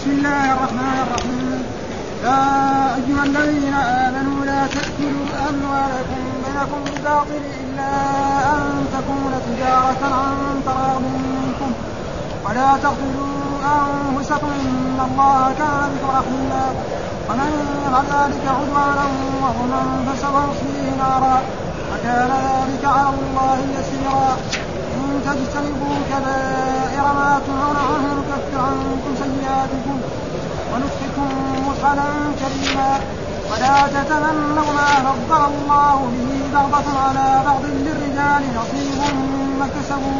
بسم الله الرحمن الرحيم. يا أيها الذين آمنوا لا تأكلوا أموالكم بينكم بالباطل إلا أن تكون تجارة عن تراض منكم ولا تقتلوا أنفسكم إن الله كان بكم رحيما ومن يفعل ذلك عدوانا وظلما فسوف نصليه نارا وكان ذلك على الله يسيرا. إن تجتنبوا كبائر ما تنهون عنه نكفر عنكم سيئاتكم وندخلكم مدخلا كريما ولا تتمنوا ما فضل الله به بعضكم على بعض للرجال نصيب مما اكتسبوا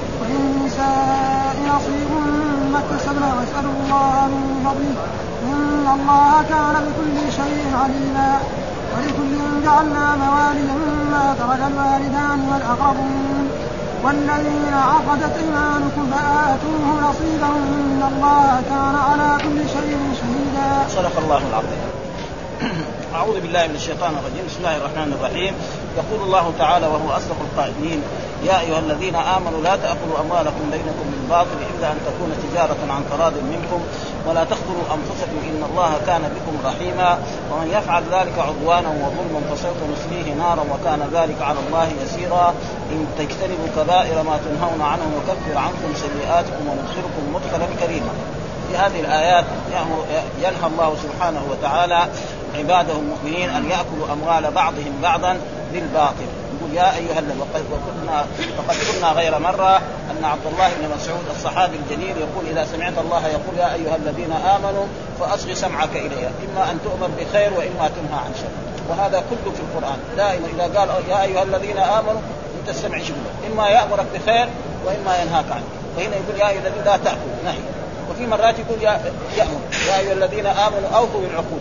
وللنساء نصيب مما اكتسبن واسألوا الله من فضله إن الله كان بكل شيء عليما. ولكل جعلنا موالي مما ترك الوالدان والأقربون والذين عقدت أيمانكم فآتوهم نصيبهم إن الله كان على كل شيء شهيدا. صدق الله العظيم. أعوذ بالله من الشيطان الرجيم. بسم الله الرحمن الرحيم. يقول الله تعالى وهو أصدق القائلين: يا أيها الذين آمنوا لا تأكلوا أموالكم بينكم بالباطل إلا أن تكون تجارة عن تراض منكم ولا تقتلوا أنفسكم إن الله كان بكم رحيما ومن يفعل ذلك عدوانا وظلما فسوف نصليه نارا وكان ذلك على الله يسيرا. إن تجتنبوا كبائر ما تنهون عنه نكفر عنكم سيئاتكم وندخلكم مدخلا كريما. في هذه الآيات ينهى الله سبحانه وتعالى عباده المؤمنين أن يأكلوا أموال بعضهم بعضا بالباطل. يقول يا أيها الذين وقد قلنا غير مرة أن عبد الله بن مسعود الصحابي الجليل يقول إذا سمعت الله يقول يا أيها الذين آمنوا فأصغ سمعك إليها إما أن تؤمر بخير وإما تنهى عن شر. وهذا كله في القرآن دائما إذا قال يا أيها الذين آمنوا أنت تستمع شبه إما يأمرك بخير وإما ينهاك عنه. وهنا يقول يا أيها الذين لا تأكل نهي. وفي مرات يقول يأمر يا أيها الذين آمنوا أوفوا بالعقود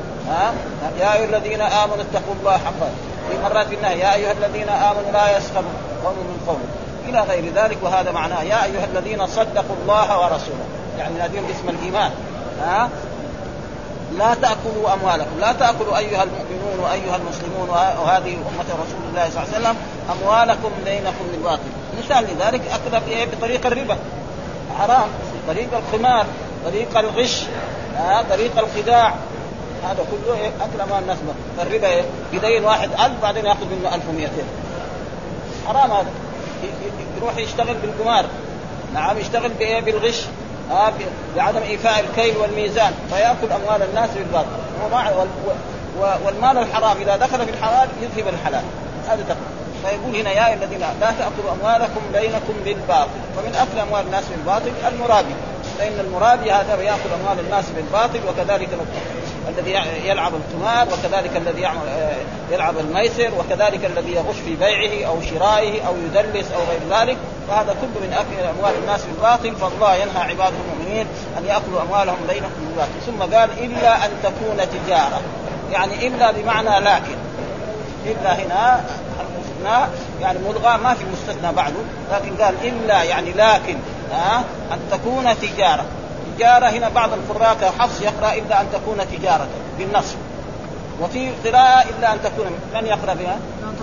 يا أيها الذين آمنوا اتقوا الله حقا. في مرات النهي يا أيها الذين آمنوا لا يسخر قوم من قوم إلى غير ذلك. وهذا معناه يا أيها الذين صدقوا الله ورسوله يعني ناديهم باسم الإيمان. لا تأكلوا أموالكم لا تأكلوا أيها المؤمنون وأيها المسلمون وهذه أمة رسول الله صلى الله عليه وسلم أموالكم بينكم بالباطل. مثال لذلك أكل بطريق الربا حرام، طريق الخمار، طريق الغش، طريق الخداع، هذا كله أكل أموال الناس. الربا يدين واحد 1000 بعدين يأخذ منه 1200 حرام. هذا يروح يشتغل بالقمار نعم يشتغل بالغش بعدم إيفاء الكيل والميزان فيأكل أموال الناس بالباطل. والمال الحرام إذا دخل في الحلال يذهب الحلال. هذا تقول. فيقول هنا يا الذين لا تأكلوا أموالكم بينكم بالباطل. ومن أكل أموال الناس بالباطل المرابي، فإن المرابي هذا يأكل أموال الناس بالباطل وكذلك الذي يلعب القمار وكذلك الذي يلعب الميسر وكذلك الذي يغش في بيعه أو شرائه أو يدلس أو غير ذلك. فهذا كله من أكل أموال الناس بالباطل. فالله ينهى عباده المؤمنين أن يأكلوا أموالهم بينهم بالباطل. ثم قال إلا أن تكون تجارة يعني إلا بمعنى لكن. إلا هنا يعني ملغى ما في مستثنى بعده لكن قال إلا يعني لكن أن تكون تجارة. تجارة هنا بعض القراء كحفص يقرأ إلا أن تكون تجارة بالنصب وفي قراءة إلا أن تكون من يقرأ بها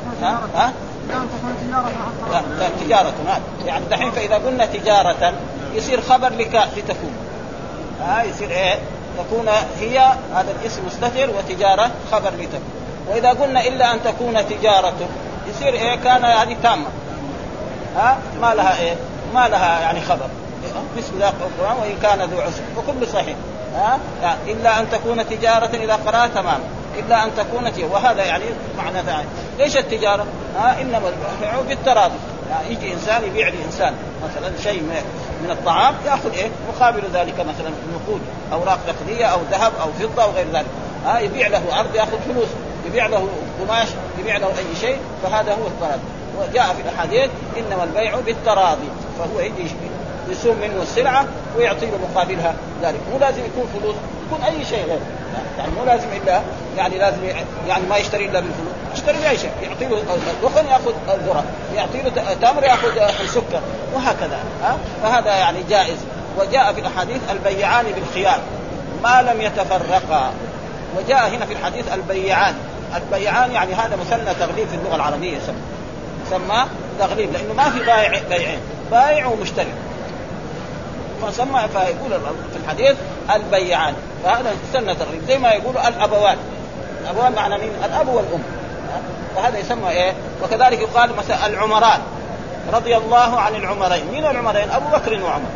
تجارة يعني دحين فإذا قلنا تجارة يصير خبر لتكون يصير إيه تكون هي هذا الاسم مستتر وتجارة خبر لتكون. وإذا قلنا إلا أن تكون تجارة يصير إيه كان هذه تامة ما لها إيه ما لها يعني خبر مثل ذاك القرآن وإن كان ذو عسر وكل صحيح إلا أن تكون تجارة إذا قرأت تمام إلا أن تكون تجارة. وهذا يعني معنى ثاني. ليش التجارة؟ إنما البيع بالتراضي يعني يجي إنسان يبيع لإنسان مثلا شيء من الطعام يأخذ إيه مقابل ذلك مثلا نقود أوراق نقدية أو ذهب أو فضة أو غير ذلك. يبيع له أرض يأخذ فلوس، يبيع له قماش، يبيع له أي شيء. فهذا هو التراضي. وجاء في الحديث إنما البيع بالتراضي فهو يجي يسوم منه السلعة ويعطي له مقابلها ذلك. مو لازم يكون فلوس، يكون أي شيء غير يعني مو لازم إلا يعني لازم يعني ما يشتري إلا بالفلوس، يشتري بأي شيء يعطي له دخن يأخذ الذرة، يعطي له تمر يأخذ السكر وهكذا. فهذا يعني جائز. وجاء في الحديث البيعان بالخيار ما لم يتفرقا. وجاء هنا في الحديث البيعان يعني هذا مثنى تغليب في اللغة العربية سمى تغليب لأنه ما في بائعين بائع ومشتري. فسمى فيقول في الحديث البيعان، فهذا سنة الربا زي ما يقول الأبوان. الأبوان معنى مين؟ الأب والأم، وهذا يسمى إيه. وكذلك يقال مثلا العمران رضي الله عن العمرين. مين العمرين؟ أبو بكر وعمر.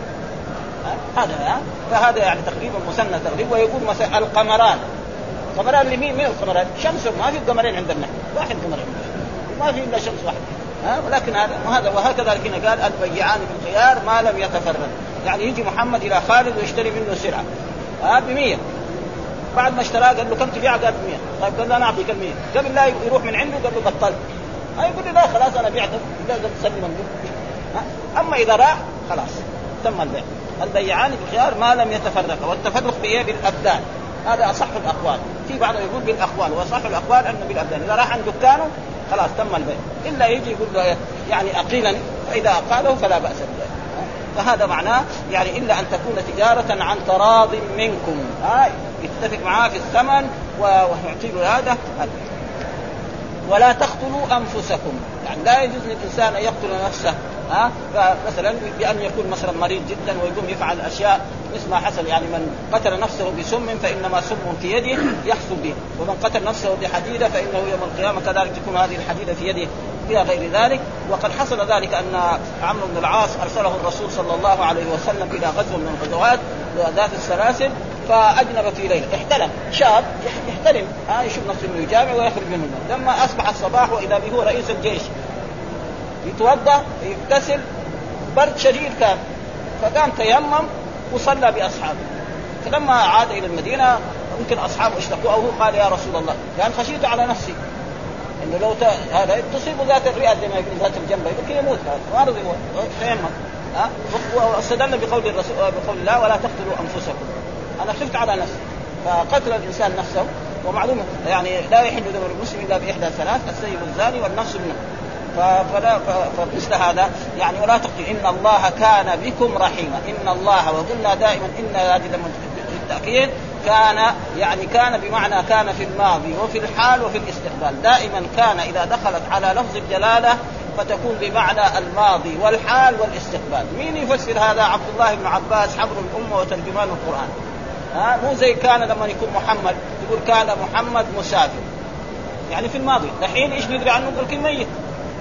هذا فهذا يعني تقريبا مسنة الربا. ويقول مثلا القمران. القمران لمين؟ من القمران؟ شمس، ما في قمرين عندنا، واحد قمرين ما في إلا شمس واحد. ولكن هذا وهكذا لكن قال البيعان بالخيار ما لم يتفرق. يعني يجي محمد إلى خالد ويشتري منه سلعة ب100، بعد ما اشتراه قال له كم تبيع؟ قال 100. طيب قال له أنا أعطيك 100. قبل لا يروح من عنده قال له بطلت. يقول لي لا خلاص أنا بعته، لازم تسلم منه. أما إذا راح خلاص تم البيع. البيعان بالخيار ما لم يتفرقا. والتفرق بإيه؟ بالأبدان. هذا أصح الأقوال. في بعض يقول بالأقوال، وأصح الأقوال أنه بالأبدان. إذا راح عند دكانه خلاص تم البيع، إلا يجي يقول له يعني أقيلا، فإذا أقاله فلا بأس به. فهذا معناه يعني إلا أن تكون تجارة عن تراض منكم، يتفق معاه في الثمن ويعطي له هذا. ولا تقتلوا أنفسكم، يعني لا يجوز للإنسان أن يقتل نفسه فمثلا بأن يكون مثلا مريض جدا ويقوم يفعل أشياء مثل ما حصل. يعني من قتل نفسه بسم فإنما سم في يده يحصل به، ومن قتل نفسه بحديدة فإنه يوم القيامة كذلك تكون هذه الحديدة في يده إلى غير ذلك. وقد حصل ذلك أن عمرو بن العاص أرسله الرسول صلى الله عليه وسلم إلى غزو من الغزوات ذات السلاسل، فأجنب في ليلة، احتلم شاب يحتلم يشوف نفسه انه يجامع ويخرج منه. لما أصبح الصباح وإذا به رئيس الجيش يتوضأ يغتسل، برد شديد كان، فقام تيمم وصلى بأصحابه. فلما عاد إلى المدينة يمكن أصحابه اشتكوا أو قال يا رسول الله كان خشيت على نفسي إنه لو هذا تصيب ذات الرئة زي ما يقول ذات الجنب يمكن يموت، ما رضي تيمم. واستدل بقول الرسول بقول الله ولا تقتلوا أنفسكم، أنا خفت على نفسي. فقتل الإنسان نفسه، ومعلومة يعني لا يحل دم المسلم إلا بإحدى ثلاث: السيب الزاني والنفس بالنفس. فمثل هذا يعني ولا تقتل. إن الله كان بكم رحيما. إن الله، وقلنا دائما إن هذه للتأكيد كان يعني كان بمعنى كان في الماضي وفي الحال وفي الاستقبال. دائما كان إذا دخلت على لفظ الجلالة فتكون بمعنى الماضي والحال والاستقبال. مين يفسر هذا؟ عبد الله بن عباس حبر الأمة وترجمان القرآن. مو زي كان لما يكون محمد تقول كان محمد مسافر، يعني في الماضي. الحين إيش ندري عنه؟ نقول كل ميت.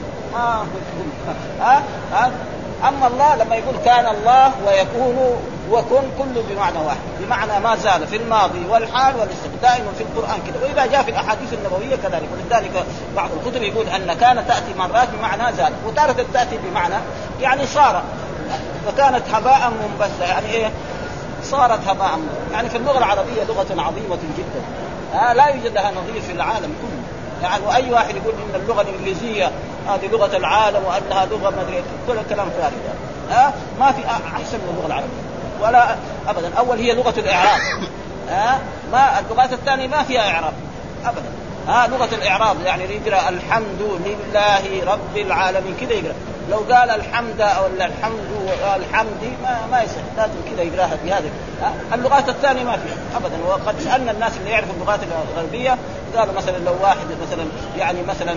أما الله لما يقول كان الله ويكون وكن كله بمعنى واحد، بمعنى ما زال في الماضي والحال والاستقبال دائما في القرآن كده. وإذا جاء في الأحاديث النبوية كذلك. ولذلك بعض الكتب يقول أن كان تأتي مرات بمعنى زال، وتارة تأتي بمعنى يعني صار، فكانت هباء منبثة. يعني إيه صارت هباء؟ يعني في اللغة العربية لغة عظيمة جدا، لا يوجد لها نظير في العالم كله. يعني وأي واحد يقول إن اللغة الإنجليزية هذه لغة العالم وأنها لغة مدري كل الكلام فارغ. ما في أحسن من اللغة العربية ولا أبدا. أول هي لغة الإعراب، ما اللغات الثانية ما فيها إعراب أبدا. لغة الإعراب يعني يقرأ الحمد لله رب العالمين كده يقرأ. لو قال الحمد أو الحمد الحمد ما يصح، لازم كده يقراها بهذه. اللغات الثانية ما فيها أبدا. وقد سألنا الناس اللي يعرفوا اللغات الغربية قالوا مثلا لو واحد مثلا يعني مثلا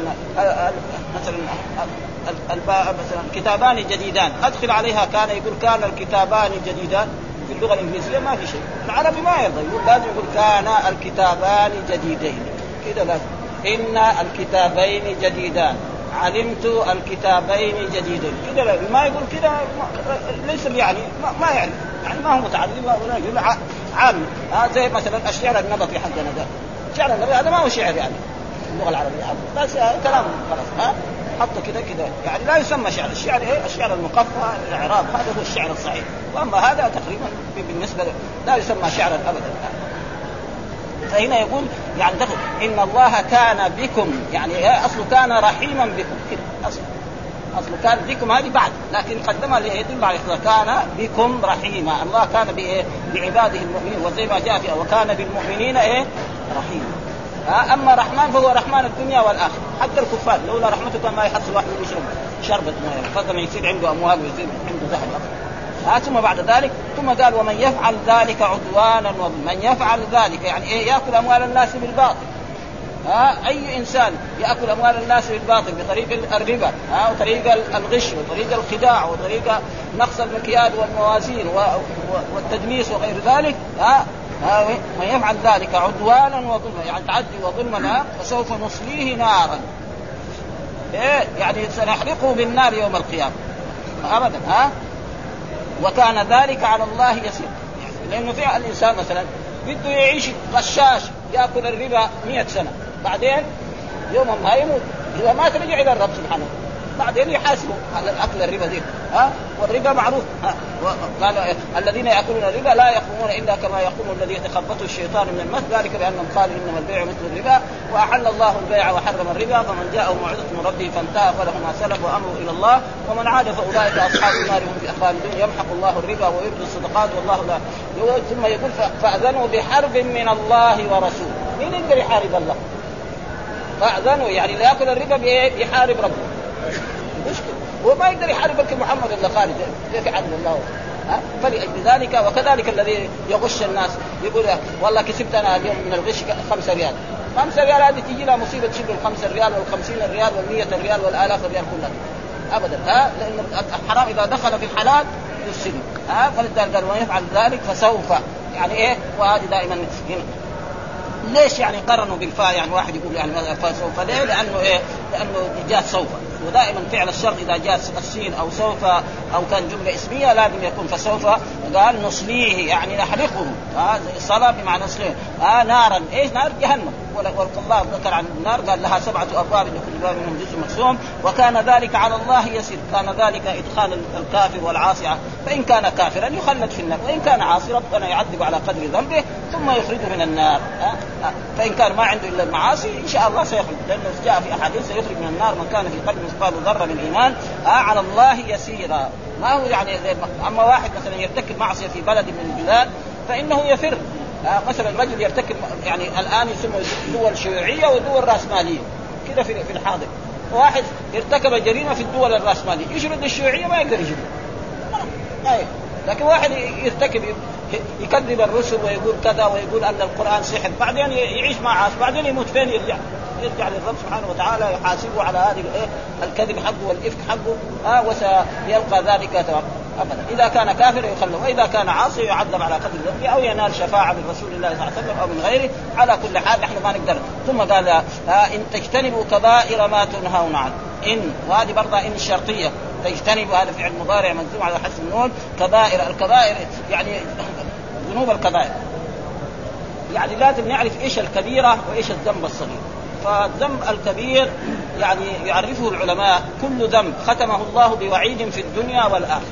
مثلا كتابان جديدان أدخل عليها كان يقول كان الكتابان جديدان. في اللغة الإنجليزية ما في شيء. العربي ما يرضى يقول، لازم يقول كان الكتابان جديدين كده لازم. إن الكتابين جديدان، علمت الكتابين جديدين كده. ما يقول كده ليس يعني ما يعني ما هو متعلم ولا يقول عام. زي مثلا الشعر النبطي حقنا ده، الشعر النبطي هذا ما هو شعر يعني اللغة العربية بس كلام خلاص. حط كده يعني لا يسمى شعر. الشعر ايه؟ الشعر المقفى الاعراب، هذا هو الشعر الصحيح. واما هذا تقريبا بالنسبة لا يسمى شعرا ابدا. فهنا يقول يعني دخل إن الله كان بكم، يعني أصله كان رحيما بكم كده. أصله كان بكم هذه بعد، لكن قدمها ليدل على كان بكم رحيما. الله كان بعباده المؤمنين، وزي ما جاء فيها وكان بالمؤمنين إيه رحيما. أما رحمن فهو رحمن الدنيا والآخرة. حتى الكفار لولا رحمتك ما يحصل واحد يشرب شربة ماء، فضل ما يصير عنده أموال ويصير عنده ذهب. ثم بعد ذلك ثم قال ومن يفعل ذلك عدوانا. ومن يفعل ذلك يعني إيه؟ يأكل أموال الناس بالباطل. أي إنسان يأكل أموال الناس بالباطل بطريق الربا وطريق الغش وطريق الخداع وطريق نقص المكيال والموازين والتدميس وغير ذلك من يفعل ذلك عدوانا وظلما يعني تعدي وظلما فسوف نصليه نارا يعني سنحرقه بالنار يوم القيامة أبدا وكان ذلك على الله يسير. لأنه في الإنسان مثلا بده يعيش غشاش يأكل الربا 100 سنة بعدين يوم ما يموت إذا ما ترجع إلى الرب سبحانه بعدين يحاسبوا على الأكل الربا دي والربا معروف قال الذين يأكلون الربا لا يقومون إلا كما يقوم الذي يتخبطه الشيطان من المس ذلك بأنهم قالوا إنما البيع مثل الربا وأحل الله البيع وحرم الربا فمن جاءه موعظة من ربه فانتهى فله ما سلف وأمره إلى الله ومن عاد فأولئك أصحاب النار هم فيها خالدون يمحق الله الربا ويربي الصدقات والله لا. ثم يقول فأذنوا بحرب من الله ورسوله. مين يقدر يحارب الله؟ فأذنوا يعني لا يأكل الربا بيحارب ربه مشكلة وما يقدر يحارب لك محمد إلا خارج كيف يحارب الله فلأجل ذلك. وكذلك الذي يغش الناس يقول والله كسبت أنا اليوم من الغش 5 ريال 5 ريال هذه تيجي لها مصيبة تشيل 5 ريال وال50 ريال وال100 ريال والآلاف ريال كلها أبدا لأن الحرام إذا دخل في الحلال يفسد فلذلك قال ويفعل ذلك فسوف يعني وهذه دائما ليش يعني قرنوا بالفاء يعني واحد يقول يعني فسوف ليه لأنه جاء سوف ودائما فعل الشرط إذا جاء السين أو سوف أو كان جملة اسمية لازم يكون فسوف قال نصليه يعني نحرقه الصلاة بمعنى نصليه نارا نار جهنم والله ذكر عن النار قال لها 7 أبواب لكل باب منهم جزء مقسوم وكان ذلك على الله يسير. كان ذلك إدخال الكافر والعاصي فإن كان كافرا يخلد في النار وإن كان عاصي ربنا يعذب على قدر ذنبه ثم يخرجه من النار فإن كان ما عنده إلا المعاصي إن شاء الله سيخرج لأنه جاء في أحاديث سيخرج من النار من كان في قلبه مثقال ذرة من إيمان على الله يسيرا. ما هو يعني أما واحد مثلا يرتكب معصية في بلد من البلاد فإنه يفر مثلا رجل يرتكب يعني الآن يسمى دول شيوعية ودول رأسمالية كده في الحاضر واحد ارتكب جريمة في الدول الرأسمالية يشرد الشيوعية ما يقدر يجري لكن واحد يرتكب يكذب الرسل ويقول كذا ويقول أن القرآن سحر بعدين يعيش مع عاص بعدين يموت فين يرجع للرب سبحانه وتعالى يحاسبه على هذه الكذب حقه والإفك حقه وسيلقى ذلك أبدا. إذا كان كافر يخلد وإذا كان عاصي يعذب على قدر ذنبه أو ينال شفاعة من رسول الله صلى الله عليه وسلم أو من غيره. على كل حال نحن ما نقدر. ثم قال إن تجتنبوا كبائر ما تنهون عنه إن وهذه برضه إن الشرطية تجتنبوا هذا فعل مضارع منزوع على حسب النون كبائر الكبائر يعني ذنوب الكبائر يعني لازم نعرف إيش الكبيرة وإيش الذنب الصغير. فالذنب الكبير يعني يعرفه العلماء كل ذنب ختمه الله بوعيد في الدنيا والآخرة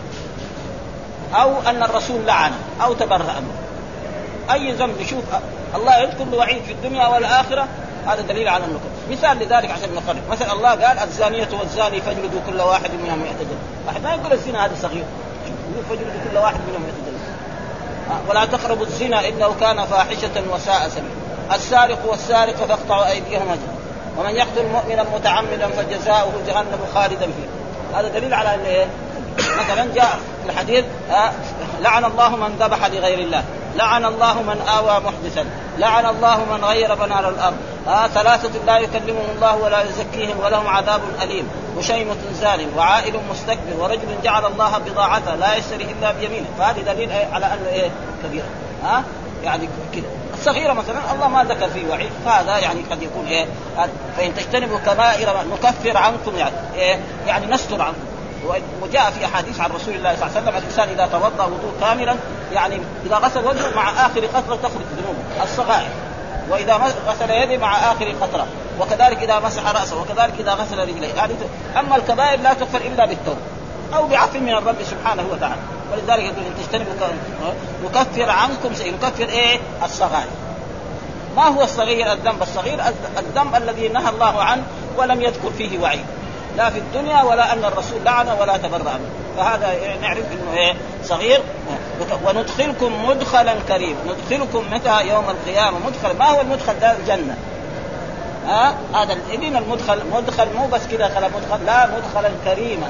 أو أن الرسول لعن أو تبرأ منه. أي ذنب يشوف الله يذكر وعيد في الدنيا والآخرة هذا دليل على النكر. مثال لذلك عشان نقرر مثلا الله قال الزانية والزاني فاجلدوا كل واحد منهم 100 جلدة. واحد ما يقول الزنا هذا صغير يقول فاجلدوا كل واحد منهم 100 جلدة. ولا تقربوا الزنا إنه كان فاحشة وساء سبيلا. السارق والسارق فاقطعوا أيديهما ومن يقتل مؤمنا متعمدا فجزاؤه جهنم خالدا فيه. هذا دليل على أن مثلا جاء في الحديث لعن الله من ذبح لغير الله لعن الله من آوى محدثا لعن الله من غير بنار الأرض 3 لا يكلمهم الله ولا يزكيهم ولهم عذاب أليم وشيمة زانٍ وعائل مستكبر ورجل جعل الله بضاعته لا يشتري إلا بيمينه. فهذه دليل على أنه كبيرة يعني كده. الصغيرة مثلا الله ما ذكر فيه وعيد فهذا يعني قد يكون فإن تجتنبوا كبائر نكفر عنكم يعني نستر عنكم. وجاء في أحاديث عن رسول الله صلى الله عليه وسلم الإنسان إذا توضأ وضوء كاملا يعني إذا غسل وجهه مع آخر قطرة تخرج ذنوبه الصغائر وإذا غسل يده مع آخر قطرة وكذلك إذا مسح رأسه وكذلك إذا غسل رجليه. أما الكبائر لا تغفر إلا بالتوبة أو بعفو من الرب سبحانه وتعالى. ولذلك يقول إن تجتنبوا نكفر عنكم نكفر الصغائر. ما هو الصغير؟ الذنب الصغير الذنب الذي نهى الله عنه ولم يذكر فيه وعيد لا في الدنيا ولا أن الرسول لعنه ولا تبرأ منه. فهذا نعرف إنه صغير. وندخلكم مدخلا كريم. ندخلكم متى؟ يوم القيامة. مدخل ما هو المدخل؟ ده الجنة. هذا الإبن المدخل مدخل مو بس كده خلا مدخل لا مدخلا كريما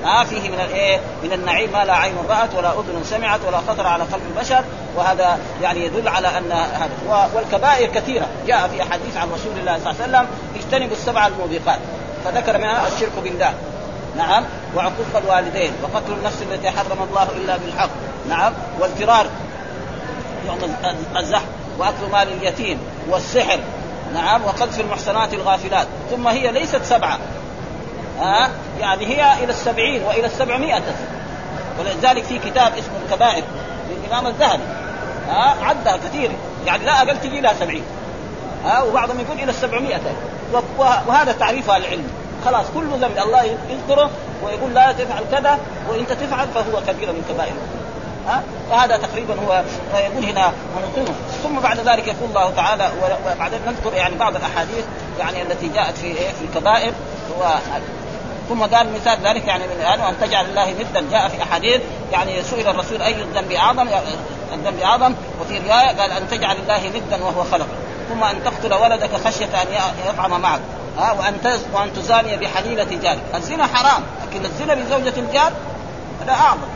فيه من من النعيم ما لا عين رأت ولا أذن سمعت ولا خطر على قلب البشر. وهذا يعني يدل على أن هذا. والكبائر كثيرة جاء في حديث عن رسول الله صلى الله عليه وسلم اجتنبوا السبع الموبقات، فذكر منها الشرك بالله، نعم، وعقوق الوالدين، وقتل النفس التي حرم الله إلا بالحق، نعم، والفرار يوم الزحف، وأكل مال اليتيم، والسحر، نعم، وقذف المحصنات الغافلات. ثم هي ليست 7، يعني هي إلى 70 وإلى 700. ولذلك في كتاب اسمه الكبائر للإمام الذهبي عدها كثير، يعني لا أقل تجي لها 70، وبعضهم يقول إلى 700. وهذا تعريفها العلم. خلاص كل ذنب الله يذكره ويقول لا تفعل كذا، وإنت تفعل فهو كبير من كبائر. فهذا تقريبا هو يقول هنا ونقوم. ثم بعد ذلك يقول الله تعالى، وبعدين نذكر يعني بعض الأحاديث يعني التي جاءت في الكبائر. ثم قال مثال ذلك يعني من أن تجعل الله ندا، جاء في أحاديث يعني سئل الرسول أي الذنب أعظم، الذنب أعظم، وفي رواية قال أن تجعل الله ندا وهو خلق. ثم أن تقتل ولدك خشية أن يطعم معك، وأن تزاني بحليلة جارك. الزنا حرام، لكن الزنا بزوجة الجار هذا أعظم.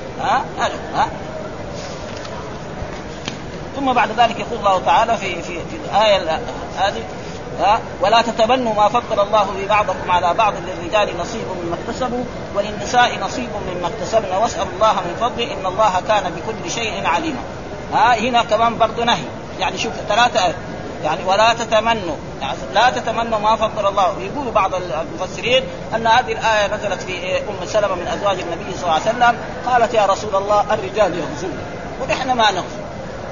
ثم بعد ذلك يقول الله تعالى في الآية هذه ولا تتمنوا ما فضل الله ببعضكم على بعض، للرجال نصيب مما اكتسبوا وللنساء نصيب مما اكتسبن واسألوا الله من فضله إن الله كان بكل شيء عليما. هنا كمان برضو نهي، يعني شوف 3 آيات يعني ولا تتمنوا، يعني لا تتمنوا ما فضل الله. يقول بعض المفسرين أن هذه الآية نزلت في أم سلمة من أزواج النبي صلى الله عليه وسلم، قالت يا رسول الله الرجال يغزون ونحن ما نغزو،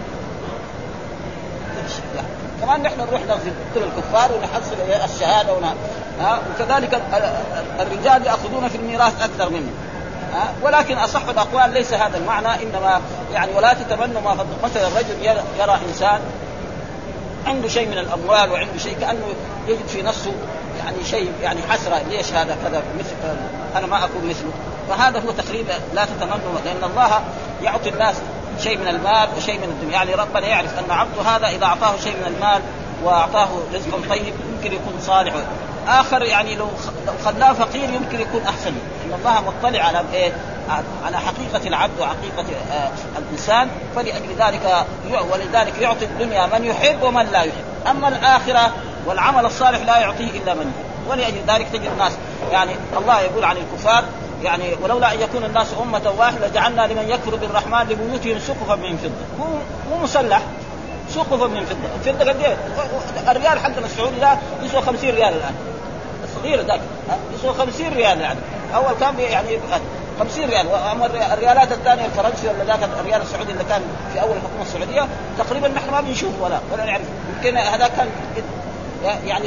كمان نحن نروح نغزو كل الكفار ونحصل الشهادة وكذلك الرجال يأخذون في الميراث أكثر منه. ولكن أصح الأقوال ليس هذا المعنى، إنما يعني ولا تتمنوا ما فضل. مثلا الرجل يرى إنسان عنده شيء من الأموال وعنده شيء كأنه يجد في نفسه يعني شيء يعني حسرة، ليش هذا كذا مثل أنا ما أكون مثله. فهذا هو تقريبا لا تتمنوا، لأن الله يعطي الناس شيء من المال وشيء من الدنيا. يعني ربنا يعرف أن عبده هذا إذا أعطاه شيء من المال وأعطاه رزق طيب يمكن يكون صالح، آخر يعني لو خلاه فقير يمكن يكون أحسن. إن الله مطلع على على حقيقة العبد وحقيقة الإنسان، فلأجل ذلك ولذلك يعطي الدنيا من يحب ومن لا يحب، أما الآخرة والعمل الصالح لا يعطيه إلا من يحب. ولأجل ذلك تجد الناس يعني الله يقول عن الكفار يعني ولولا أن يكون الناس أمة واحدة جعلنا لمن يكفر بالرحمن لبيوتهم سقفا من فضة. مو مسلح، سقفا من فضة. الفضة قد ايه؟ الريال حقنا السعودي ده يسوى 50 ريال الآن، الصغير ذاك يسوى 50 ريال يعني. أول كان يعني 50 ريال، وأما الريالات الثانية الفرنسي ولا ذاك الريال السعودي اللي كان في أول الحكومة السعودية تقريبا نحن ما بنشوف ولا نعرف. يمكن هذا كان يعني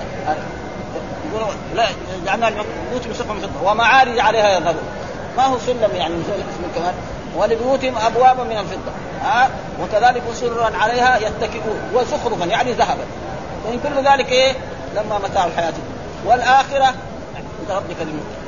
لا جعلنا لبيوتهم سقفا من فضة ومعارج عليها يظهرون. ما هو سلم يعني اسمه كمان. ولبيوتهم أبوابا من الفضة وكذلك سررا عليها يتكئون وزخرفا يعني ذهبا. وإن كل ذلك إيه لما متاع الحياة الدنيا والآخرة عند ربك للمتقين.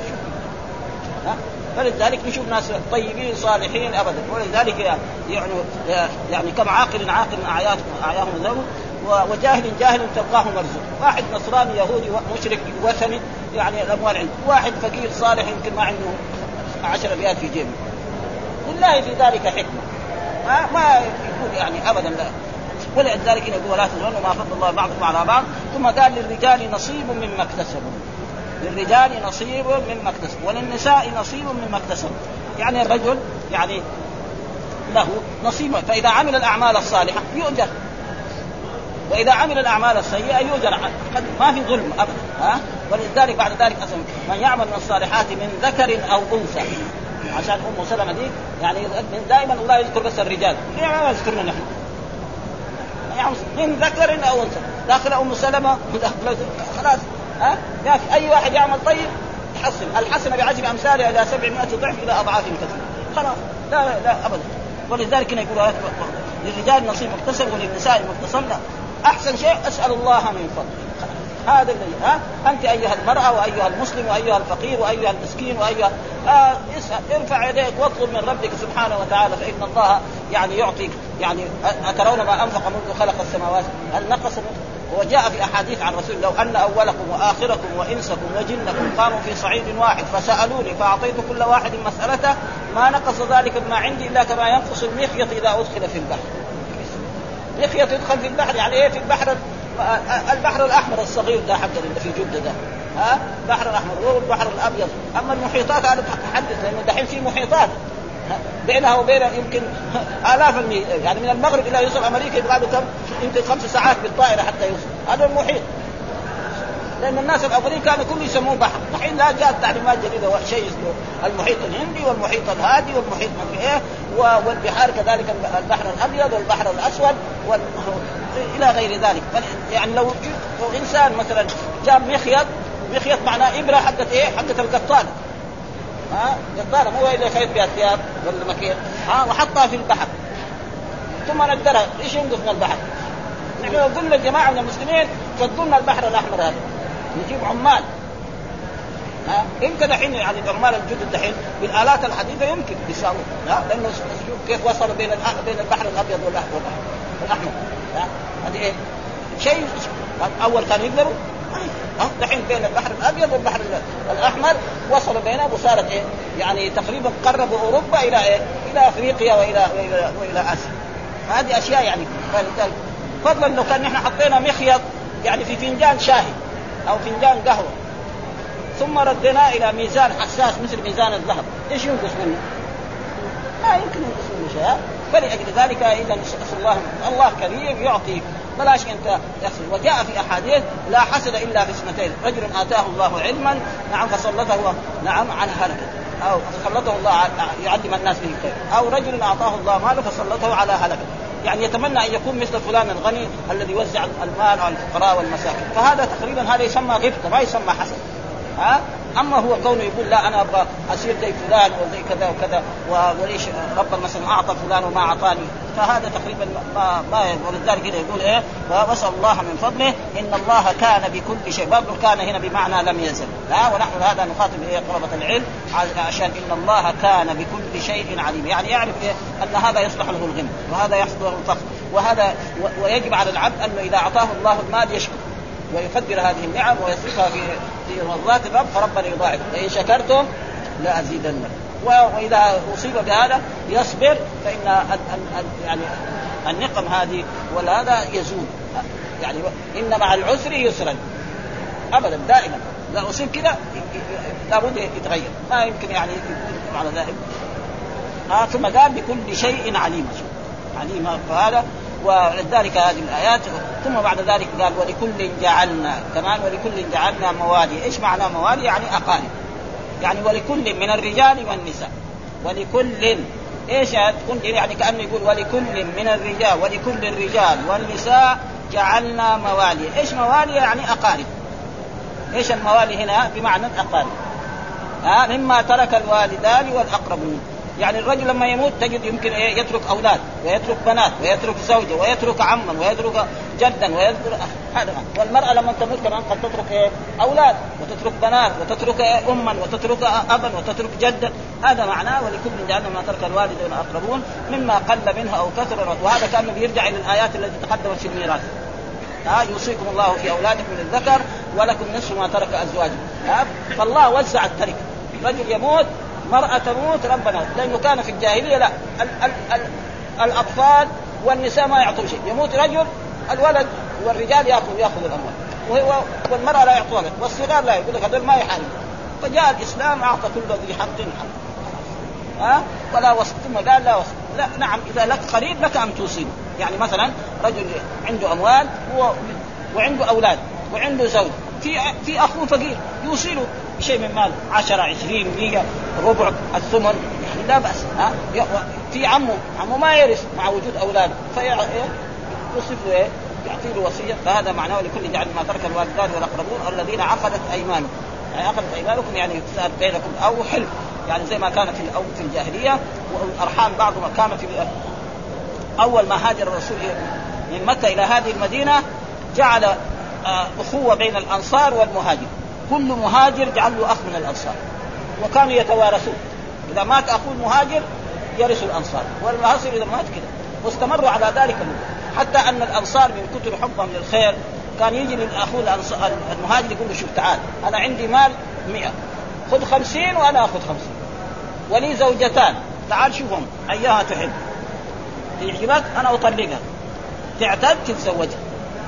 فلذلك نشوف ناس طيبين صالحين أبدا. ولذلك يعني كم عاقل أعياهم ذنب وجاهل تلقاه مرزوق. واحد نصراني يهودي مشرك وثني يعني الأموال عنده، واحد فقير صالح يمكن ما عنده 10 ريال في جيبه. لله في ذلك حكمة ما يكون يعني أبدا لا. ولذلك يقول ولا تظنوا ما فضل الله بعضكم على بعض. ثم قال للرجال نصيب مما اكتسبوا، للرجال نصيب مما اكتسبوا وللنساء نصيب مما اكتسبوا. يعني الرجل يعني له نصيب، فإذا عمل الأعمال الصالحة يؤجر، وإذا عمل الأعمال السيئة يؤجر. ما في ظلم أبدا. ولذلك بعد ذلك أصلا من يعمل من الصالحات من ذكر أو أنثى، عشان أم سلمة دي يعني دائما الله يذكر بس الرجال، ليه ما يذكرنا نحن؟ يعني من ذكر أو أنثى داخل أم سلمة خلاص. يعني أي واحد يعمل طيب يحصل الحسنة بعشر أمثالها إلى 700 ضعف إلى أضعاف كثيرة. خلاص لا أبدا. ولذلك يقول للرجال نصيب مكتسب وللنساء مكتسبن. أحسن شيء أسأل الله من فضله. هذا الذي أنت أيها المرأة وأيها المسلم وأيها الفقير وأيها المسكين وأيها اسأل، ارفع يديك واطلب من ربك سبحانه وتعالى، فإن الله يعني يعطيك. يعني أترون ما أنفق منذ خلق السماوات هل نقص وجاء في أحاديث عن رسول الله: لو أن أولكم وآخركم وإنسكم وجنكم قاموا في صعيد واحد فسألوني فأعطيت كل واحد مسألته ما نقص ذلك ما عندي إلا كما ينقص المخيط إذا أدخل في البحر. مخيط يدخل في البحر يعني إيه؟ في البحر الأحمر الصغير ده حق اللي في جدة ده، البحر الأحمر والبحر الأبيض. أما المحيطات هذا تحدث، لأنه دحين في محيطات بينها وبين يمكن آلاف يعني من المغرب إلى يوصل أمريكا يبغى له كم؟ يمكن 5 ساعات بالطائرة حتى يوصل. هذا المحيط، لأن الناس الأولين كانوا كله يسموه بحر. الحين لا جاءت تعليمات جديدة وشيء اسمه المحيط الهندي والمحيط الهادي والمحيط إيه، والبحار كذلك البحر الأبيض والبحر الأسود إلى غير ذلك. يعني لو إنسان مثلا جاب مخيط معناه إبرة حقت إيه؟ حقت القطانة، قطانة مو إذا خيط بها ثياب ولا مكير، وحطها في البحر ثم نقدرها، إيش ينقص من البحر؟ نحن قلنا الجماعة من المسلمين فضلنا البحر الأحمر هذا، نجيب عمال، يمكن الحين يعني العمال الجدد الحين بالآلات الحديثة يمكن يساوون، لأنه كيف وصلوا بين البحر الأبيض والأحمر، هذه إيه شيء أول كانوا يقدروا، دحين بين البحر الأبيض والبحر الأحمر وصلوا بينهم وصارت إيه يعني تقريبا قربوا أوروبا إلى إيه؟ إلى أفريقيا وإلى آسيا. هذه أشياء يعني فضلا لو كان نحن حطينا مخيط يعني في فنجان شاهي أو فنجان قهوة ثم ردنا إلى ميزان حساس مثل ميزان الذهب، إيش ينقص منه؟ لا يمكن ينقص منه شيء. فلأجل ذلك إذا نسأل الله كريم يعطي، بلاش أنت يحصل. وجاء في أحاديث: لا حسد إلا في اثنتين: رجل آتاه الله علما فسلطه على هلكة، أو فسلطه الله يعلم الناس به الخير، أو رجل أعطاه الله ماله فسلطه على هلكة، يعني يتمنى أن يكون مثل فلان الغني الذي يوزع المال على الفقراء والمساكين. فهذا تقريبا هذا يسمى غبطة، ما يسمى حسد. أما هو كونه يقول لا أنا أبغى أصير زي فلان وزي كذا وكذا وليش رب مثلا أعطى فلان وما أعطاني، فهذا تقريبا ما ولذلك كده يقول إيه: وأسأل الله من فضله إن الله كان بكل شيء. برضو كان هنا بمعنى لم يزل، ونحن هذا نخاطب إيه طلبة العلم عشان إن الله كان بكل شيء عليم، يعني يعرف إيه أن هذا يصلح له الغنى وهذا يحصل له الفقر وهذا، ويجب على العبد أنه إذا أعطاه الله المال يشكر ويقدر هذه النعم ويصرفها في مرضات الرب، فربنا يضاعف. إن شكرتم لأزيدنكم، وإذا أصيب بهذا يصبر، فإن يعني النقم هذه وهذا يزول، يعني إن مع العسر يسرا، أبدا دائما لا أصيب كذا لابد يتغير، ما يمكن يعني يكون على ذلك. ثم قال بكل شيء عليم، فهذا ولذلك هذه الآيات. ثم بعد ذلك قال ولكل جعلنا، كمان ولكل جعلنا موالي. إيش معنى موالي؟ يعني أقارب، يعني ولكل من الرجال والنساء، ولكل إيش تكون يعني كأنه يقول ولكل من الرجال ولكل الرجال والنساء جعلنا موالي. إيش موالي؟ يعني أقارب. إيش الموالي هنا؟ بمعنى أقارب، مما ترك الوالدان والأقربون. يعني الرجل لما يموت تجد يمكن يترك أولاد ويترك بنات ويترك زوجة ويترك عما ويترك جدا ويترك هذا. والمرأة لما تموت كمان قد تترك أولاد وتترك بنات وتترك أما وتترك أبا وتترك جدا. هذا معناه ولكل جعلنا ما ترك الوالد والأقربون مما قل منها أو كثر. وهذا كان بيرجع إلى الآيات التي تقدمت في الميراث. يوصيكم الله في أولادكم للذكر ولكم نصف ما ترك أزواجكم. فالله وزع التركة، رجل يموت مرأة تموت ربنا، لأنه كان في الجاهلية لا الأطفال والنساء ما يعطون شيء، يموت رجل الولد والرجال يأخذ الأموال والمرأة لا يعطونها والصغار لا، يقول لك هذول ما يحارب. فجاء الإسلام أعطى كل ذي حق ولا وسط. ثم قال لا وسط، لا نعم إذا لك قريب لك أن توصيه. يعني مثلا رجل عنده أموال وعنده أولاد وعنده زوج، في أخوه فقير يوصله بشيء من مال 10 20 100 ربع الثمن، يعني لا بأس. في عمه ما يرث مع وجود أولاده فيوصف له يعطي له وصية. فهذا معناه لكل جعل ما ترك الوالدان والأقربون الذين عقدت أيمانكم، يعني عقدت أيمانكم يعني صار بينكم أو حلف، يعني زي ما كانت في الجاهلية. والأرحام بعض ما كان في أول ما هاجر الرسول من مكة إلى هذه المدينة جعل أخوة بين الأنصار والمهاجر، كل مهاجر جعل له أخ من الأنصار وكانوا يتوارثون. إذا مات أخو المهاجر يرث الأنصار، والمهاجر إذا مات كده، واستمروا على ذلك حتى أن الأنصار من كتر حبهم للخير كان يجي للأخو المهاجر يقول له شوف تعال أنا عندي مال 100 خذ 50 وأنا أخذ 50 ولي زوجتان تعال شوفهم أيها تحب تعجبك أنا أطلقها تعتد تتزوجها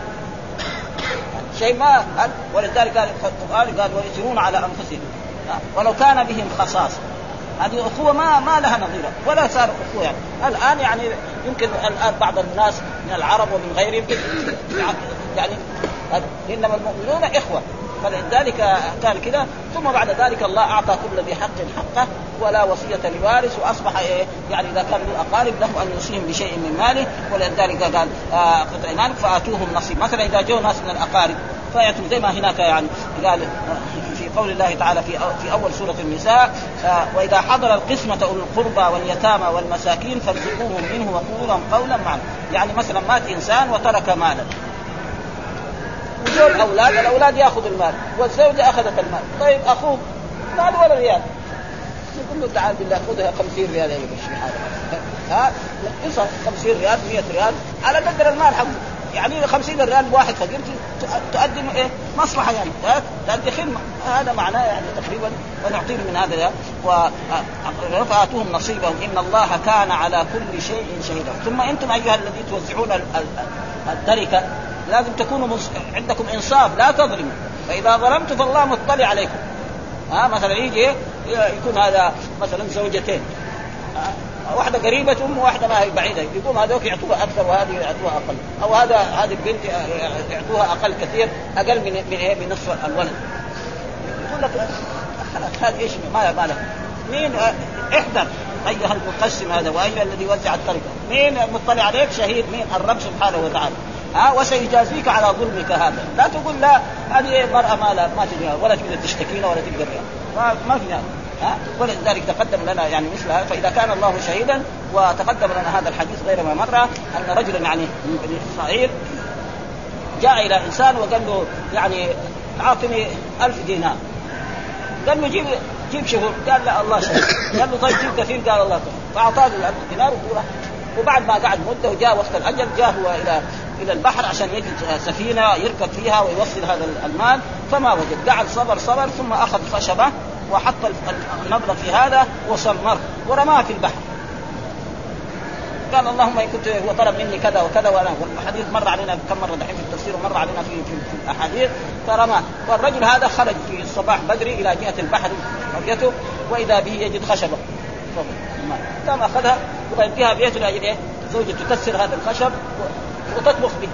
شيء ما. ولذلك قال ويؤثرون على أنفسهم ولو كان بهم خصاصة. هذه أخوة ما لها نظيرة ولا صار أخوة يعني. الآن يعني يمكن الآن بعض الناس من العرب ومن غيرهم يعني إنما المؤمنون إخوة فلذلك كان كده. ثم بعد ذلك الله أعطى كل ذي حق حقه ولا وصية لوارث وأصبح يعني إذا كان الأقارب له أن يوصيهم بشيء من ماله. ولذلك قال قطعين فآتوهم نصيب. مثلا إذا جو ناس من الأقارب فيأتوا زي ما هناك يعني قال في قول الله تعالى في أول سورة النساء وإذا حضر القسمة أولو القربى واليتامى والمساكين فارزقوهم منه وقولوا لهم قولا معروفا. يعني مثلا مات إنسان وترك مالا وجوا الأولاد يأخذ المال والزوجة أخذت المال. طيب أخوه مال ولا ريال يقول له تعال بالله خذها 50 ريال يا بشي هذا يصرف 50 ريال 100 ريال على قدر المال حقه. يعني 50 ريال واحد فقير تقدم مصلحة يعني تؤدي خدمة. هذا معناه يعني تقريبا ونعطيه من هذا ورفعتهم نصيبهم إن الله كان على كل شيء شهيدا. ثم أنتم أيها الذين توزعون التركة لازم تكونوا عندكم إنصاف لا تظلموا. فإذا ظلمتوا فالله مطلع عليكم. مثلا يجي يكون هذا مثلا زوجتين واحدة قريبة وواحدة ما هي بعيدة يقوم هذوك يعطوها أكثر وهذه يعطوها أقل أو هذه البنت يعطوها أقل كثير أقل من نصف الولد. يقول لك هذا إيش ما له مين احذر أيها المقسم هذا وأيها الذي وزع التركة مين مطلع عليك شهيد مين الرب سبحانه وتعالى وسيجازيك على ظلمك هذا. لا تقول لا هذه مرأة ما تجيها ولا تقدر تشتكينا ولا تقدر ما في هذا. ولذلك تقدم لنا يعني مثل هذا. فإذا كان الله شهيدا وتقدم لنا هذا الحديث غير ما مر أن رجلا يعني من بني إسرائيل جاء إلى إنسان وقال له يعني أعطني 1000 دينار. قال له جيب شهور. قال لا الله شهيد. قال له طيب جيب كثير. قال الله كثير. فأعطاه 1000 دينار وبعد ما قعد مدة وجاء وقت الأجل جاء هو إلى البحر عشان يجد سفينة يركب فيها ويوصل هذا المال فما وجد. قعد صبر ثم أخذ خشبة وحط النبض في هذا وصمر ورماه في البحر. قال اللهم إن كنت هو طلب مني كذا وكذا وأنا والحديث مر علينا كم مرة دحين في التفسير ومر علينا في الأحاديث فرماه. والرجل هذا خرج في الصباح بدري إلى جهة البحر قريته وإذا به يجد خشبة قام أخذها ويديها بيته لأجل زوجته تكسر هذا الخشب وتطبخ به.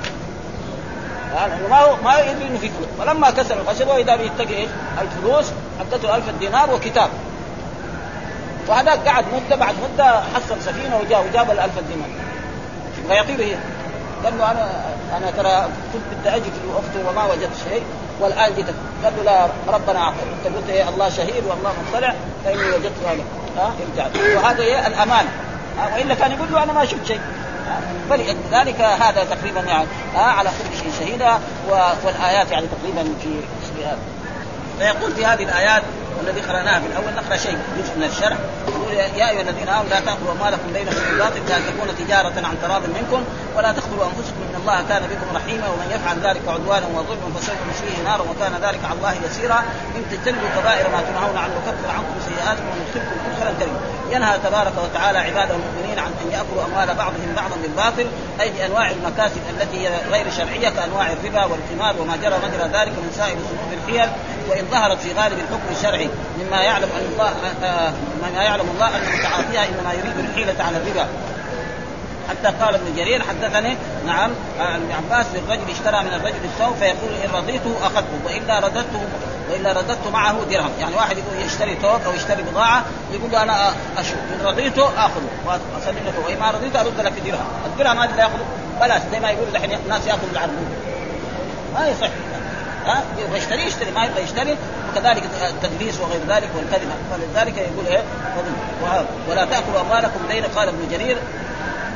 ما يدري إنه في فلوس. ولما كسر الخشب وإذا بيتقي الفلوس حطته 1000 دينار وكتاب. وهذا قعد مدة بعد مدة حصل سفينة وجاب 1000 دينار. فيعطيه هي. قال له أنا ترى كنت بدي أجي في وقته وما وجدت شيء والآن جيت. قال له لا ربنا أعطى. أنت قلت الله شهيد والله مطلع فإني وجدت هذا. ارجع. وهذا الأمان. وإلا كان يقول له أنا ما شفت شيء. فلذلك هذا تقريبا يعني على كل شيء شهيدا. والآيات يعني تقريبا في هذا. فيقول في هذه الآيات الذي قرأناها في الأول نقرأ شيء جزء من الشرح. يقول يا أيها الذين آمنوا لا تأكلوا أموالكم بينكم بالباطل كأن تكون تجارة عن تراض منكم ولا تقتلوا أنفسكم إن الله كان بكم رحيما ومن يفعل ذلك عدوانا وظلما فسوف نصليه نارا وكان ذلك على الله يسيرا إن تجتنبوا كبائر ما تنهون عنه نكفر عنكم سيئاتكم وندخلكم مدخلا كريما. ينهى تبارك وتعالى عباده المؤمنين عن أن يأكلوا أموال بعضهم بعضا بالباطل أي بأنواع المكاسب التي هي غير شرعية كأنواع الربا والقمار وما جرى مجرى ذلك من سائر ذنوب الحيل وإن ظهرت في غالب الحكم الشرعي مما يعلم الله أن متعاطيها إنما يريد الحيلة على الربا. حتى قال ابن جرير حدثني نعم ابن عباس للرجل اشترى من الرجل الثوب فيقول إن رضيته أخذته وإلا رددت معه درهم. يعني واحد يقول يشتري ثوب أو يشتري بضاعة يقول له أنا أشوف إن رضيته أخذه وأسلم لك وإما رضيته أرد لك درهم. الدرهم هذا لا يأخذه بلاش زي ما يقول الحين الناس يأخذوا العربون ما يصح. يشتري ما يبغى يشتري وكذلك التدليس وغير ذلك والكذب. فلذلك يقول ولا تأكلوا أموالكم بين قال ابن جرير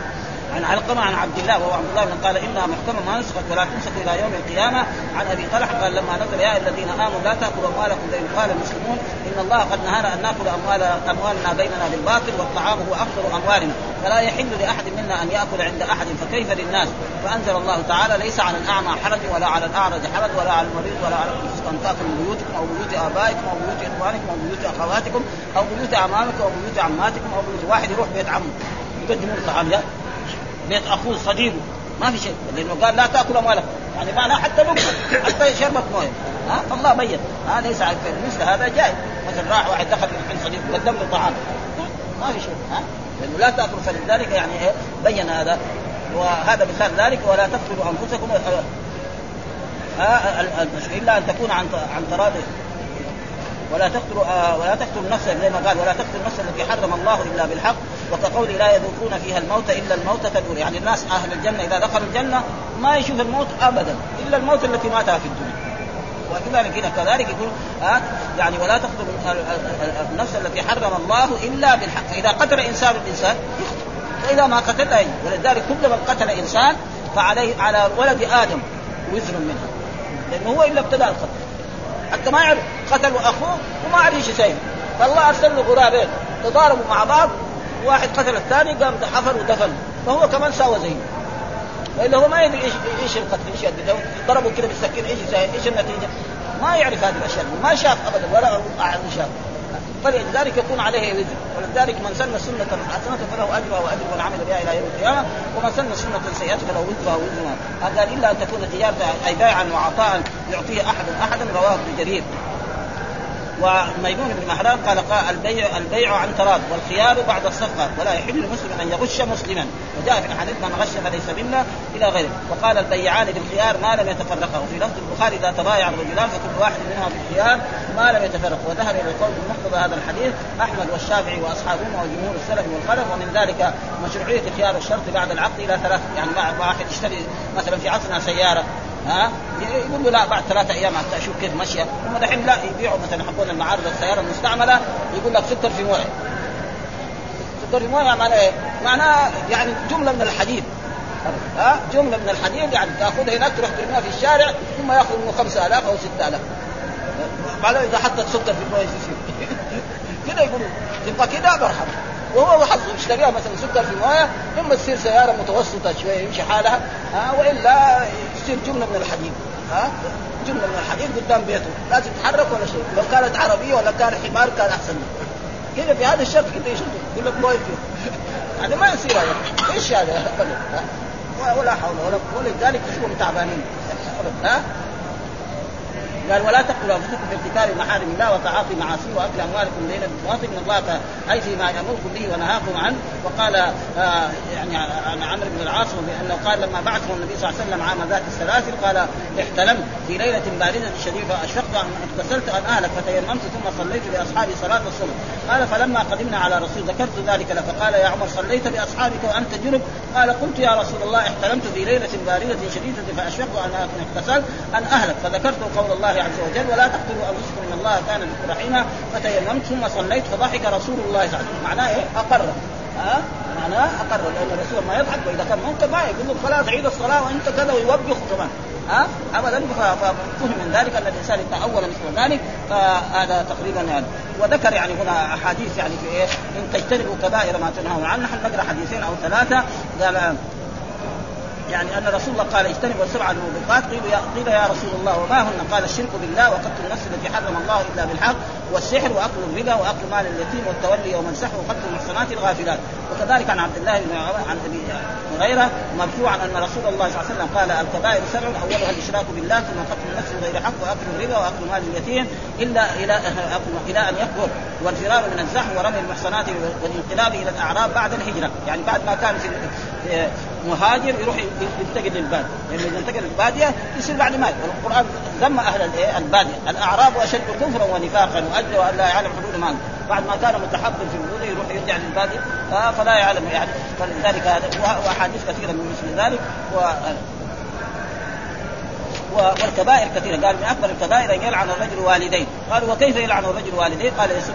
عن علقمة عن عبد الله وهو عبد الله بن قال إنها محكمة ما نسخت ولا تنسخ إلى يوم القيامة. عن أبي طلحة قال لما نزل يا الذين آمنوا لا تأكلوا أموالكم بين قال المسلمون إن الله قد نهانا أن نأكل أموالنا بيننا بالباطل والطعام هو أفضل أموالنا فلا يحل لأحد منا أن يأكل عند أحد فكيف للناس. فأنزل الله تعالى ليس على الأعمى حرج ولا على الأعرج حرج ولا على المريض ولا على أن تأكلوا من بيوتكم أو بيوت آبائكم أو بيوت إخوانكم أو بيوت أخواتكم أو بيوت أعمامكم أو بيوت عماتكم أو بيوت واحد يروح بيت عمه يقدمون الطعام بيت أخوه صديقه ما في شيء لأنه قال لا تأكل أموالكم يعني معناه حتى لقمة حتى شربت مويه الله بين ليس على مثل هذا جائز. مثلا راح واحد دخل من صديقه قدم له طعام ما في شيء لأنه لا تأكل فلذلك يعني بين هذا. وهذا مثال ذلك ولا تقتلوا أنفسكم إلا أن تكون عن تراضي ولا تقتلوا النفس زي ما قال ولا تقتلوا النفس التي حرم الله إلا بالحق وكقول لا يذوقون فيها الموت إلا الموتة الأولى. يعني الناس أهل الجنة إذا دخلوا الجنة ما يشوف الموت أبدا إلا الموت التي ماتها في الدنيا. وكذلك هنا كذلك يقول يعني ولا تقتلوا النفس التي حرم الله إلا بالحق. إذا قتل إنسان الإنسان وإذا ما قتل أي. ولذلك كل من قتل إنسان فعليه على ولد آدم وزر منه لأنه هو إلا ابتدأ القتل حتى ما يعرف قتلوا أخوه وما عرف ايش يسوي فالله أرسل له غرابين تضاربوا مع بعض واحد قتل الثاني قام حفر ودفن فهو كمان ساوى زيه وإلا هو ما يدري ايش القتل ايش لو ضربوا كده بالسكين ايش النتيجة ما يعرف هذه الأشياء ما شاف أبدا ولا أحد شاف. فلذلك يكون عليه وزر. ولذلك من سن سنة حسنة فله أجرها وأجر من عمل بها إلى يوم القيامة ومن سن سنة سيئة فله وزرها وزرها. قال إلا أن تكون تجارة أي بيعا وعطاء يعطيه أحدا رواه ابن جرير. وميمون بن مهران قال البيع عن تراض والخيار بعد الصفقة ولا يحل لمسلم أن يغش مسلما. وجاء في الحديث من غش فليس منا إلى غيره. وقال البيعان بالخيار ما لم يتفرقا. وفي لفظ البخاري إذا تبايع الرجلان فكل واحد منهما بالخيار ما لم يتفرق. وذهب إلى القول بمقتضى هذا الحديث أحمد والشافعي وأصحابهما وجمهور السلف والخلف. ومن ذلك مشروعية خيار الشرط بعد العقد إلى 3. يعني واحد يشتري مثلا في عصرنا سيارة يقول له لا بعد 3 أيام حتى أشوف كيف ماشية. هم دحين لا يبيعوا مثلا حقون المعارض السيارة المستعملة يقول لك سكر في مويه. سكر في مويه معناه إيه؟ معناه يعني جملة من الحديد جملة من الحديد يعني تأخذها هناك تروح ترميها في الشارع ثم يأخذ منه 5000 أو 6000 بعدين إذا حطت سكر في المويه يصير كده يقولوا تبقى كده مرحبا. وهو حظه يشتريها مثلا سكر في مويه ثم تصير سيارة متوسطة شوية يمشي حالها وإلا يصير جملة من الحديد جملة من الحديد قدام بيته لا تتحرك ولا شيء. لو كانت عربية ولا كان حمار كان أحسن كده. في هذا الشرط كده يقول لك مويه فيه هذا ما يصير هذا إيش هذا ولا حول ولا قوة. ولذلك يشوفهم تعبانين قال ولا تقتلوا أنفسكم بارتكاب محارم الله وتعاطي معاصيه واكل اموالكم دين المواطن من الله اي فيما يامركم به ونهاكم عنه. وقال يعني عن عمرو بن العاص بانه قال لما بعثه النبي صلى الله عليه وسلم عام ذات السلاسل قال احتلمت في ليله بارده شديده فاشفقت ان اغتسلت ان اهلك فتيممت ثم صليت باصحابي صلاه الصبح. قال فلما قدمنا على رسول ذكرت ذلك له فقال يا عمر صليت باصحابك وانت جنب؟ قال قلت يا رسول الله احتلمت في ليله بارده شديده فاشفقت ان اغتسلت ان اهلك فذكرت قول الله عز وجل ولا تقتلوا انفسكم ان الله كان بكم رحيما فتيممت ثم صليت فضحك رسول الله صلى الله عليه وسلم. معناه ايه؟ اقر معناه اقر لان الرسول ما يضحك واذا كان منكر ما يقول له فلا تعيد الصلاه وانت كذا ويوبخ كمان ابدا. ففهم من ذلك ان الانسان يتأول مثل ذلك. فهذا تقريبا يعني. وذكر يعني هنا احاديث يعني في ايه ان تجتنبوا كبائر ما تنهون عنه. نحن نقرا حديثين او 3 قال يعني أن رسول الله قال اجتنبوا 7 الموبقات. قيل يا رسول الله وما هن؟ قال الشرك بالله وقتل النفس التي حرم الله إلا بالحق والسحر وأكل الربا وأكل مال اليتيم والتولي يوم السحر وقتل المحصنات الغافلات. وكذلك عن عبد الله بن عن أبي هريرة مرفوعا أن رسول الله صلى الله عليه وسلم قال الكبائر 7 أولها الإشراك بالله ثم قتل النفس بغير حق وأكل الربا وأكل مال اليتيم إلى أن يكبر والفرار من الزحف ورمي المحصنات والانقلاب إلى الأعراب بعد الهجرة. يعني بعد ما كان في مهاجر يروح ينتقل للبادية يعني إذا انتقل للبادية يصير بعد ما القرآن ذم أهل البادية الأعراب أشد كفرا ونفاقا وأجدوا أن لا يعلم حدود مال. بعد ما كان متحضر في الوجود يروح يرجع للبادية فلا يعلم يعني. فلذلك هذا وأحاديث كثيرة من مثل ذلك. الكبائر كثيرة. قال من أكبر الكبائر أن يلعن الرجل والديه. قالوا وكيف يلعن الرجل والديه؟ قال يسب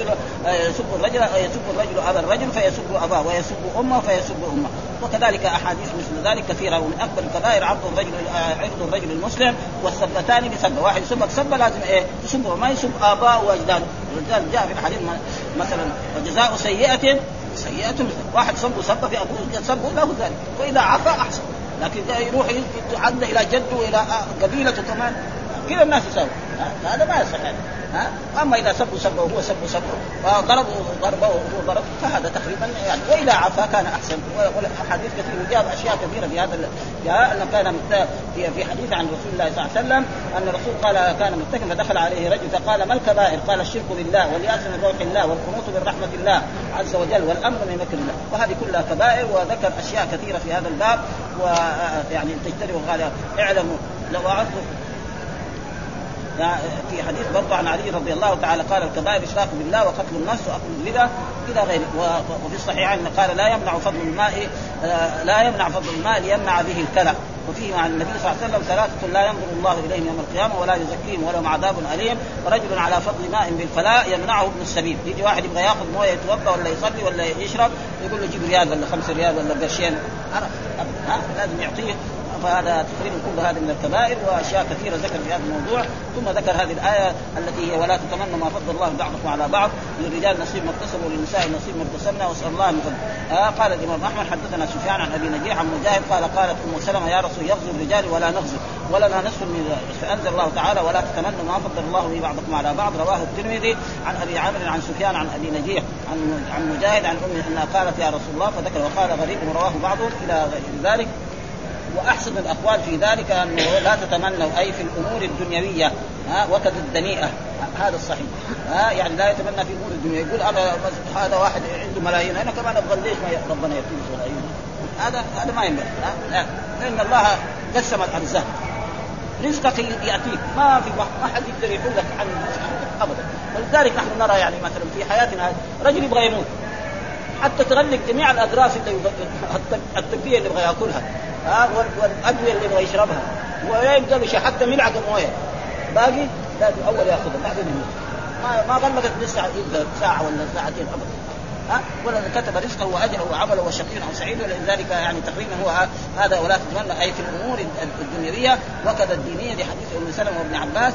الرجل أبا الرجل فيسب أباه، ويسب أمه فيسب أمه. وكذلك أحاديث مثل ذلك كثيرة. ومن أكبر الكبائر عرض الرجل المسلم والسبتان بسبة. واحد يسبك سبة لازم تسبه، ما يسب آباء وأجداد. ولذلك جاء في الحديث مثلا وجزاء سيئة واحد سبه سبة في أبوه سبه له ذلك، وإذا عفا أحسن. لكن يروح يتعدى إلى جده وإلى قبيلته كمان كذا الناس يساوي، هذا ما يصح. أما إذا سبه وهو سبه وضربه وهو ضرب فهذا تقريبا يعني، وإذا عفا كان أحسن. وحديث كثير وجاء أشياء كثيرة في هذا. جاء أن كان في حديث عن رسول الله صلى الله عليه وسلم أن الرسول قال كان متكئا فدخل عليه رجل فقال ما الكبائر؟ قال الشرك بالله واليأس من روح الله والقنوط من رحمة الله عز وجل والأمر من مكر الله. وهذه كلها كبائر، وذكر أشياء كثيرة في هذا الباب. ويعني تجتنبوا هذا. اعلموا لو أعرفوا في حديث برضه عن علي رضي الله تعالى قال الكبائر الشرك بالله وقتل النفس وأكل الربا إلى غيره. وفي الصحيحين قال لا يمنع فضل الماء ليمنع به الكلى. وفيه عن النبي صلى الله عليه وسلم ثلاثة لا ينظر الله إليهم يوم القيامة ولا يزكيهم ولهم عذاب أليم. ورجل على فضل ماء بالفلاء يمنعه ابن السبيل. يجي واحد يبغى ياخذ مويه يتوضا ولا يصلي ولا يشرب يقول له جيب ريال ولا 5 ريال ولا قرشين، لازم يعطيه. فهذا تقريبا كل هذا من الكبائر. واشياء كثيره ذكر في هذا الموضوع. ثم ذكر هذه الايه التي هي ولا تتمنوا ما فضل الله بعضكم على بعض للرجال نصيب ما اكتسبوا وللنساء نصيب ما اكتسبنا واسال الله من فضله. قال الامام احمد حدثنا سفيان عن ابي نجيح عن مجاهد قالت ام سلمة يا رسول يغزو الرجال ولا نغزو ولنا نصف من. فانزل الله تعالى ولا تتمنوا ما فضل الله به بعضكم على بعض. رواه الترمذي عن ابي عامر عن سفيان عن ابي نجيح عن مجاهد عن امه انها قالت يا رسول الله فذكر وقال غريب ورواه بعضهم الى غير ذلك. وأحسن الأقوال في ذلك أنه لا تتمنوا أي في الأمور الدنيوية وكذا الدنيئة. هذا الصحيح. يعني لا يتمنى في أمور الدنيا. يقول أنا هذا واحد عنده ملايين أنا كمان أبغى ليش ما ربنا يعطيني ملايين. هذا ما ينبغي. لأن الله قسم الأرزاق. رزقك يأتيك ما حد يقدر يقول لك عن رزقك أبدا. ولذلك نحن نرى يعني مثلا في حياتنا رجل يبغى يموت حتى تغلق جميع الأغراض اللي التقوية اللي يبغى يأكلها والأدوية اللي يبغى يشربها ويبدأ حتى ملعقة مويه باقي لازم أول يأخذها بعدين يموت. ما غلقت لسه ساعة ولا ساعتين أبدا. ولا كتب رزقه وأجله وعمله وشقي أو سعيد. ولذلك يعني تقريبا هو هذا ولا تتمنى أي في الأمور الدنيوية وكذا الدينية لحديث أم سلمة وابن عباس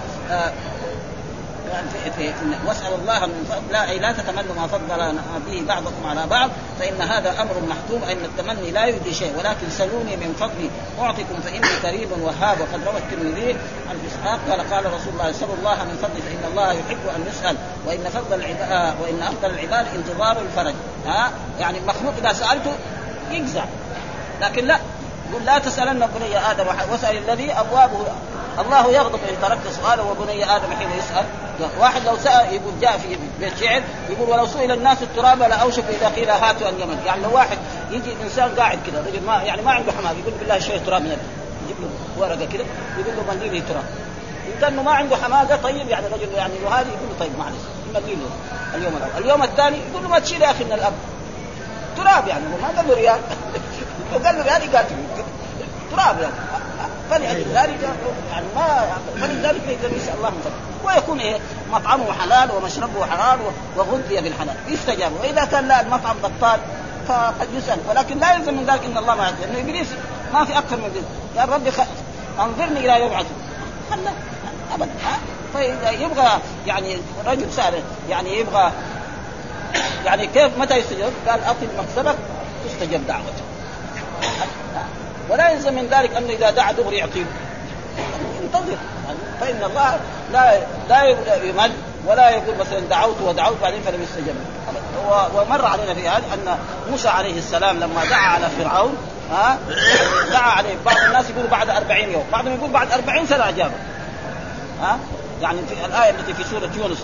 واسأل الله من فضل لا تتمنوا ما فضل به بعضكم على بعض فإن هذا أمر محتوم أن التمني لا يؤدي شيء ولكن سلوني من فضلي أعطيكم فإني كريم وهاب. وقد روى الترمذي عن إسحاق قال رسول الله صلى الله من فضل فإن الله يحب أن يسأل وإن أفضل العباد انتظار الفرج. يعني المخلوق إذا سألته يجزع لكن لا يقول لا تسألن بني آدم واسأل الذي أبوابه. الله يغضب إن تركت سؤاله وبني آدم حين يسأل. واحد لو سأل يقول جاء في بيت شعر يقول ولو سئل الناس التراب لاوشك اذا قيل هاتوا ان يمن. يعني لو واحد يجي انسان قاعد كذا رجل ما عنده حمام يقول بالله شويه تراب من يجيب له ورقه كذا يقول له منديل تراب. ان كان ما عنده حماقه طيب يعني رجل يعني وهذا يقول له طيب معلش منديل اليوم الاول. اليوم الثاني يقول له ما تشيل يا اخي من الاب تراب يعني ما قال له ريال قال له ريال قاتل تراب يعني. فلذلك يعني فلذلك يسأل الله من فضله ويكون مطعمه حلال ومشربه حلال وغذي بالحلال يستجاب. وإذا كان لا المطعم بطال فقد يسأل ولكن لا يلزم من ذلك إن الله ما يعطي. لأن إبليس ما في أكثر من ذلك يا رب أنظرني إلى يوم عثم خلنا أبدا. فإذا يبغى يعني رجل سأل يعني يبغى يعني كيف متى يستجاب قال أطل مكسبك تستجاب دعوته. ولا يلزم من ذلك أنه إذا دعا دغري يعطيه انتظر. فإن الله لا يمل ولا يقول مثلا دعوت بعدين فلم يستجب. ومر علينا في هذا أن موسى عليه السلام لما دعا على فرعون دعا عليه بعض الناس يقول بعد 40 يوم بعضهم يقول بعد 40 سنة أجابه. يعني في الآية التي في سورة يونس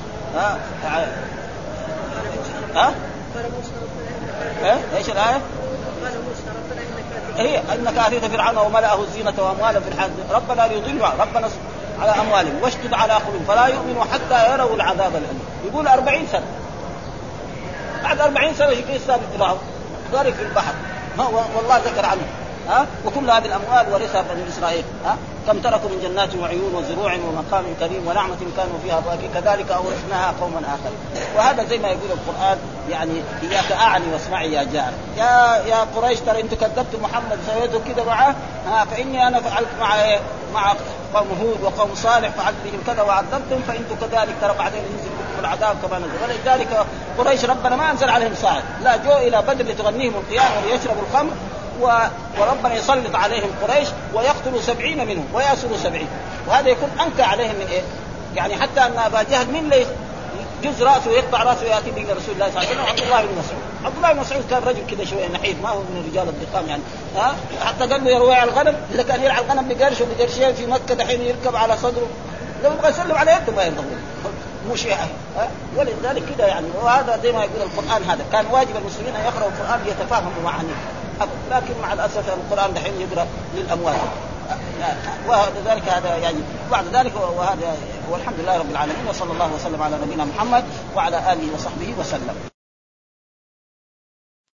ايش الآية؟ هي أنك آتيت فرعون وملأه الزينة وأموالا في الحياة ربنا ليضلوا ربنا على أموالهم واشدد على قلوبهم فلا يؤمنوا حتى يروا العذاب الأليم. يقول 40 سنة بعد 40 سنة يجي الإنسان فرعون غارق في البحر والله ذكر عنه وكل هذه الأموال ورثها بني إسرائيل. كم تركوا من جنات وعيون وزروع ومقام كريم ونعمة كانوا فيها فاكهين كذلك أورثناها قوما آخرين. وهذا زي ما يقول القرآن يعني إياك أعني واسمعي يا جار يا قريش ترى أنتم كذبتم محمد سويتوا كذا معه فإني أنا فعلت مع قوم هود وقوم صالح فعلت بهم كذا وعذبتم فإنتم كذلك ترى بعدين ينزل بكم العذاب كما نزل. ولذلك قريش ربنا ما أنزل عليهم صاعد لا جو إلى بدر لتغنيهم القيام وليشربوا الخمر وربنا يسلط عليهم قريش ويقتلوا 70 منهم ويأسروا 70. وهذا يكون أنكى عليهم من إيه يعني حتى أن أبا جهل من ليس جز رأسه ويقطع رأسه ويأتي به رسول الله صلى الله عليه وسلم. عبد الله بن مسعود كان رجل كذا شوية نحيف ما هو من الرجال الضخام يعني حتى قال له يروي على الغنم إذا كان يرعى الغنم بقرش وبقرشين في مكة دحين يركب على صدره لو يبغى يسلم على يده ما يرضى مش ولذلك كذا يعني. وهذا زي ما يقول القرآن هذا كان واجب المسلمين أن يقرأوا القرآن ليتفاهموا معانيه لكن مع الأسف القرآن دحين يقرأ للأموات وذلك هذا يعني بعد ذلك. وهذا والحمد لله رب العالمين وصلى الله وسلم على نبينا محمد وعلى آله وصحبه وسلم.